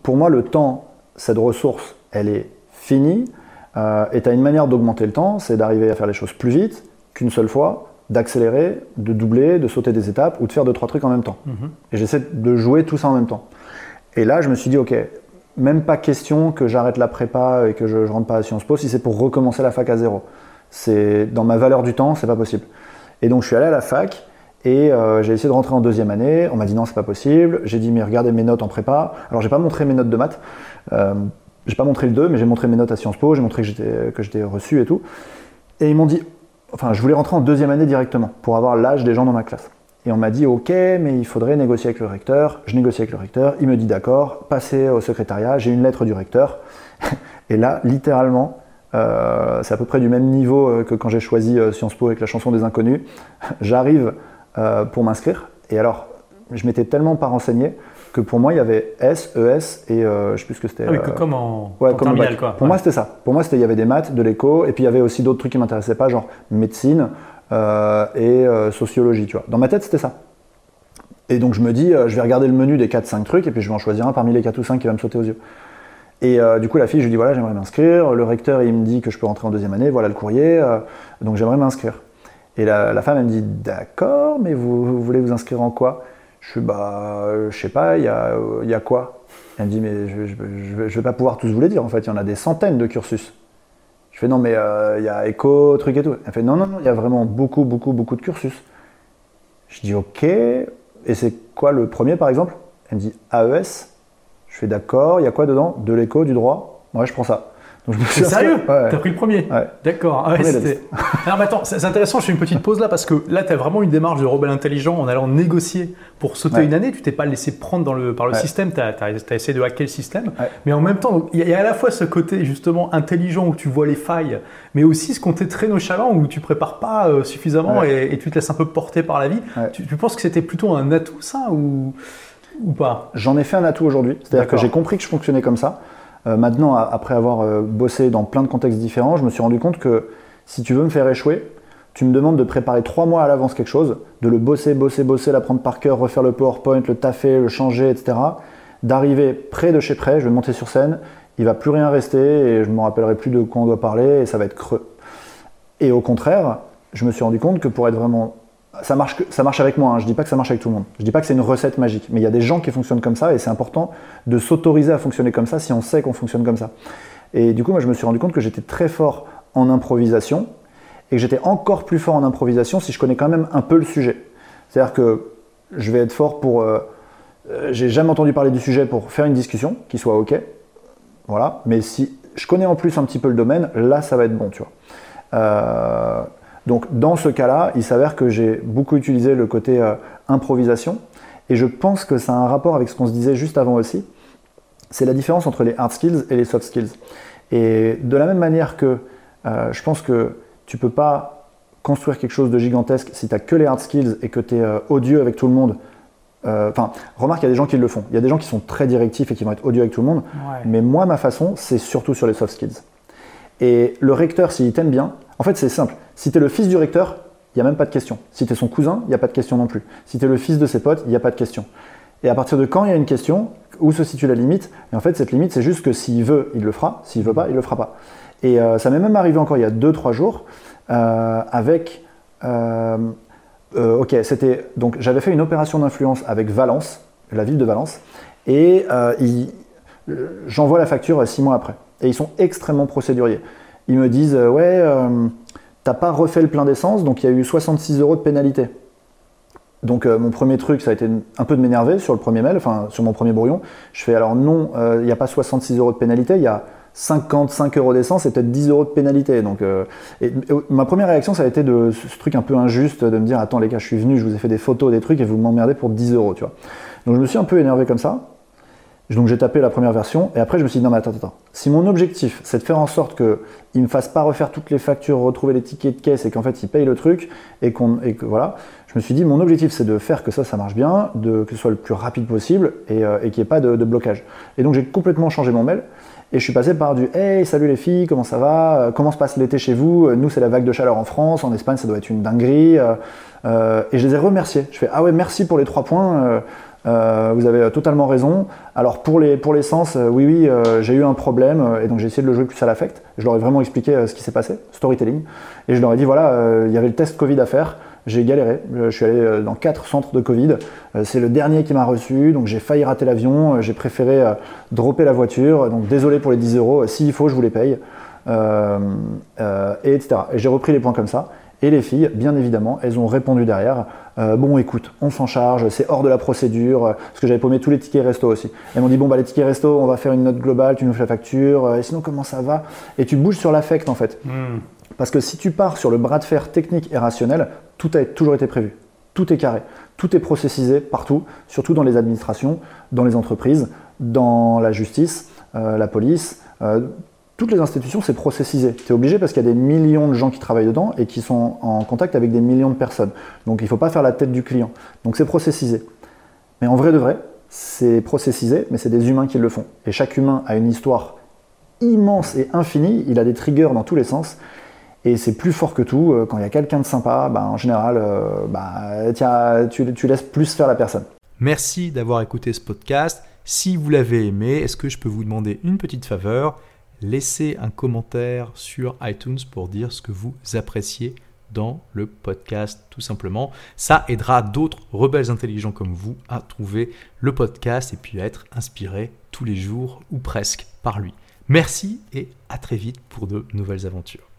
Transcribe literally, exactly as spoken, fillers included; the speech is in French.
pour moi, le temps, cette ressource, elle est finie. Euh, et tu as une manière d'augmenter le temps, c'est d'arriver à faire les choses plus vite qu'une seule fois, d'accélérer, de doubler, de sauter des étapes ou de faire deux, trois trucs en même temps. Mmh. Et j'essaie de jouer tout ça en même temps. Et là, je me suis dit, ok, même pas question que j'arrête la prépa et que je ne rentre pas à Sciences Po si c'est pour recommencer la fac à zéro. C'est, dans ma valeur du temps, c'est pas possible. Et donc, je suis allé à la fac et euh, j'ai essayé de rentrer en deuxième année. On m'a dit non, c'est pas possible. J'ai dit, mais regardez mes notes en prépa. Alors, j'ai pas montré mes notes de maths. Euh, j'ai pas montré le deux, mais j'ai montré mes notes à Sciences Po. J'ai montré que j'étais, que j'étais reçu et tout. Et ils m'ont dit, enfin, je voulais rentrer en deuxième année directement pour avoir l'âge des gens dans ma classe. Et on m'a dit, ok, mais il faudrait négocier avec le recteur. Je négocie avec le recteur. Il me dit d'accord, passez au secrétariat. J'ai une lettre du recteur. Et là, littéralement, euh, c'est à peu près du même niveau que quand j'ai choisi euh, Sciences Po avec la chanson des inconnus. J'arrive euh, pour m'inscrire. Et alors, je m'étais tellement pas renseigné que pour moi, il y avait S, E S et euh, je ne sais plus ce que c'était. Ah oui, euh, comme en, ouais, en comme terminale, quoi. Pour ouais. moi, c'était ça. Pour moi, c'était, il y avait des maths, de l'éco, et puis il y avait aussi d'autres trucs qui ne m'intéressaient pas, genre médecine euh, et euh, sociologie, tu vois. Dans ma tête, c'était ça. Et donc, je me dis, euh, je vais regarder le menu des quatre cinq trucs, et puis je vais en choisir un parmi les quatre ou cinq qui va me sauter aux yeux. Et euh, du coup, la fille, je lui dis, voilà, j'aimerais m'inscrire. Le recteur, il me dit que je peux rentrer en deuxième année, voilà le courrier, euh, donc j'aimerais m'inscrire. Et la, la femme, elle me dit, d'accord, mais vous, vous voulez vous inscrire en quoi? Je suis, bah, je sais pas, il y a, y a quoi? Elle me dit, mais je, je, je, je vais pas pouvoir tous vous les dire, en fait, il y en a des centaines de cursus. Je fais, non, mais il euh, y a éco, truc et tout. Elle fait, non, non, non, il y a vraiment beaucoup, beaucoup, beaucoup de cursus. Je dis, ok, et c'est quoi le premier, par exemple? Elle me dit, A E S. Je fais, d'accord, il y a quoi dedans? De l'éco, du droit? Ouais, je prends ça. C'est sérieux? Ouais. T'as pris le premier? Ouais. D'accord. Ah ouais, c'était... Alors, mais attends, c'est intéressant, je fais une petite pause là parce que là, tu as vraiment une démarche de rebelle intelligent en allant négocier pour sauter ouais. une année. Tu t'es pas laissé prendre dans le, par le ouais. système, tu as essayé de hacker le système. Ouais. Mais en même temps, il y, y a à la fois ce côté justement intelligent où tu vois les failles, mais aussi ce côté très nonchalant où tu prépares pas euh, suffisamment ouais. et, et tu te laisses un peu porter par la vie. Ouais. Tu, tu penses que c'était plutôt un atout ça ou, ou pas? J'en ai fait un atout aujourd'hui. C'est-à-dire que j'ai compris que je fonctionnais comme ça. Euh, maintenant, après avoir euh, bossé dans plein de contextes différents, je me suis rendu compte que si tu veux me faire échouer, tu me demandes de préparer trois mois à l'avance quelque chose, de le bosser, bosser, bosser, l'apprendre par cœur, refaire le PowerPoint, le taffer, le changer, et cetera. D'arriver près de chez près, je vais monter sur scène, il ne va plus rien rester et je ne me rappellerai plus de quoi on doit parler et ça va être creux. Et au contraire, je me suis rendu compte que pour être vraiment... Ça marche, ça marche avec moi, hein. Je ne dis pas que ça marche avec tout le monde. Je ne dis pas que c'est une recette magique, mais il y a des gens qui fonctionnent comme ça et c'est important de s'autoriser à fonctionner comme ça si on sait qu'on fonctionne comme ça. Et du coup, moi, je me suis rendu compte que j'étais très fort en improvisation et que j'étais encore plus fort en improvisation si je connais quand même un peu le sujet. C'est-à-dire que je vais être fort pour... Euh, euh, j'ai jamais entendu parler du sujet pour faire une discussion qui soit OK. Voilà. Mais si je connais en plus un petit peu le domaine, là, ça va être bon, tu vois. Euh, Donc dans ce cas-là, il s'avère que j'ai beaucoup utilisé le côté euh, improvisation et je pense que ça a un rapport avec ce qu'on se disait juste avant aussi. C'est la différence entre les hard skills et les soft skills. Et de la même manière que euh, je pense que tu ne peux pas construire quelque chose de gigantesque si tu n'as que les hard skills et que tu es euh, odieux avec tout le monde. Enfin, euh, remarque, il y a des gens qui le font. Il y a des gens qui sont très directifs et qui vont être odieux avec tout le monde. Ouais. Mais moi, ma façon, c'est surtout sur les soft skills. Et le recteur, s'il t'aime bien, en fait, c'est simple. Si tu es le fils du recteur, il n'y a même pas de question. Si tu es son cousin, il n'y a pas de question non plus. Si tu es le fils de ses potes, il n'y a pas de question. Et à partir de quand il y a une question, où se situe la limite? Et en fait, cette limite, c'est juste que s'il veut, il le fera. S'il ne veut pas, il ne le fera pas. Et euh, ça m'est même arrivé encore il y a deux trois jours euh, avec... Euh, euh, ok, c'était... Donc, j'avais fait une opération d'influence avec Valence, la ville de Valence, et euh, il, j'envoie la facture six mois après. Et ils sont extrêmement procéduriers. Ils me disent, euh, ouais, euh, t'as pas refait le plein d'essence, donc il y a eu soixante-six euros de pénalité. Donc euh, mon premier truc, ça a été un peu de m'énerver sur le premier mail, enfin sur mon premier brouillon. Je fais, alors non, il euh, n'y a pas soixante-six euros de pénalité, il y a cinquante-cinq euros d'essence et peut-être dix euros de pénalité. Donc, euh, et, et, ma première réaction, ça a été de ce, ce truc un peu injuste, de me dire, attends les gars, je suis venu, je vous ai fait des photos, des trucs, et vous m'emmerdez pour dix euros, tu vois. Donc je me suis un peu énervé comme ça. Donc j'ai tapé la première version et après je me suis dit non mais attends, attends, si mon objectif c'est de faire en sorte qu'il ne me fasse pas refaire toutes les factures, retrouver les tickets de caisse et qu'en fait il paye le truc et, qu'on, et que voilà, je me suis dit mon objectif c'est de faire que ça, ça marche bien, de, que ce soit le plus rapide possible et, euh, et qu'il n'y ait pas de, de blocage. Et donc j'ai complètement changé mon mail et je suis passé par du hey salut les filles, comment ça va, comment se passe l'été chez vous, nous c'est la vague de chaleur en France, en Espagne ça doit être une dinguerie euh, euh, et je les ai remerciés. Je fais ah ouais merci pour les trois points. Euh, Euh, vous avez totalement raison. Alors pour les pour l'essence, euh, oui oui, euh, j'ai eu un problème euh, et donc j'ai essayé de le jouer plus à l'affect. Je leur ai vraiment expliqué euh, ce qui s'est passé, storytelling, et je leur ai dit voilà, euh, il y avait le test Covid à faire. J'ai galéré. Je suis allé euh, dans quatre centres de Covid. Euh, c'est le dernier qui m'a reçu, donc j'ai failli rater l'avion. Euh, j'ai préféré euh, dropper la voiture. Donc désolé pour les dix euros. S'il faut, je vous les paye, euh, euh, et etc. Et j'ai repris les points comme ça. Et les filles, bien évidemment, elles ont répondu derrière, euh, bon écoute, on s'en charge, c'est hors de la procédure, euh, parce que j'avais paumé tous les tickets resto aussi. Elles m'ont dit, bon bah les tickets resto, on va faire une note globale, tu nous fais la facture, euh, et sinon comment ça va? Et tu bouges sur l'affect en fait. Mm. Parce que si tu pars sur le bras de fer technique et rationnel, tout a toujours été prévu, tout est carré, tout est processisé partout, surtout dans les administrations, dans les entreprises, dans la justice, euh, la police, euh, toutes les institutions, c'est processisé. Tu es obligé parce qu'il y a des millions de gens qui travaillent dedans et qui sont en contact avec des millions de personnes. Donc il ne faut pas faire la tête du client. Donc c'est processisé. Mais en vrai de vrai, c'est processisé, mais c'est des humains qui le font. Et chaque humain a une histoire immense et infinie. Il a des triggers dans tous les sens. Et c'est plus fort que tout. Quand il y a quelqu'un de sympa, bah, en général, euh, bah, tiens, tu, tu laisses plus faire la personne. Merci d'avoir écouté ce podcast. Si vous l'avez aimé, est-ce que je peux vous demander une petite faveur ? Laissez un commentaire sur iTunes pour dire ce que vous appréciez dans le podcast, tout simplement. Ça aidera d'autres rebelles intelligents comme vous à trouver le podcast et puis à être inspirés tous les jours ou presque par lui. Merci et à très vite pour de nouvelles aventures.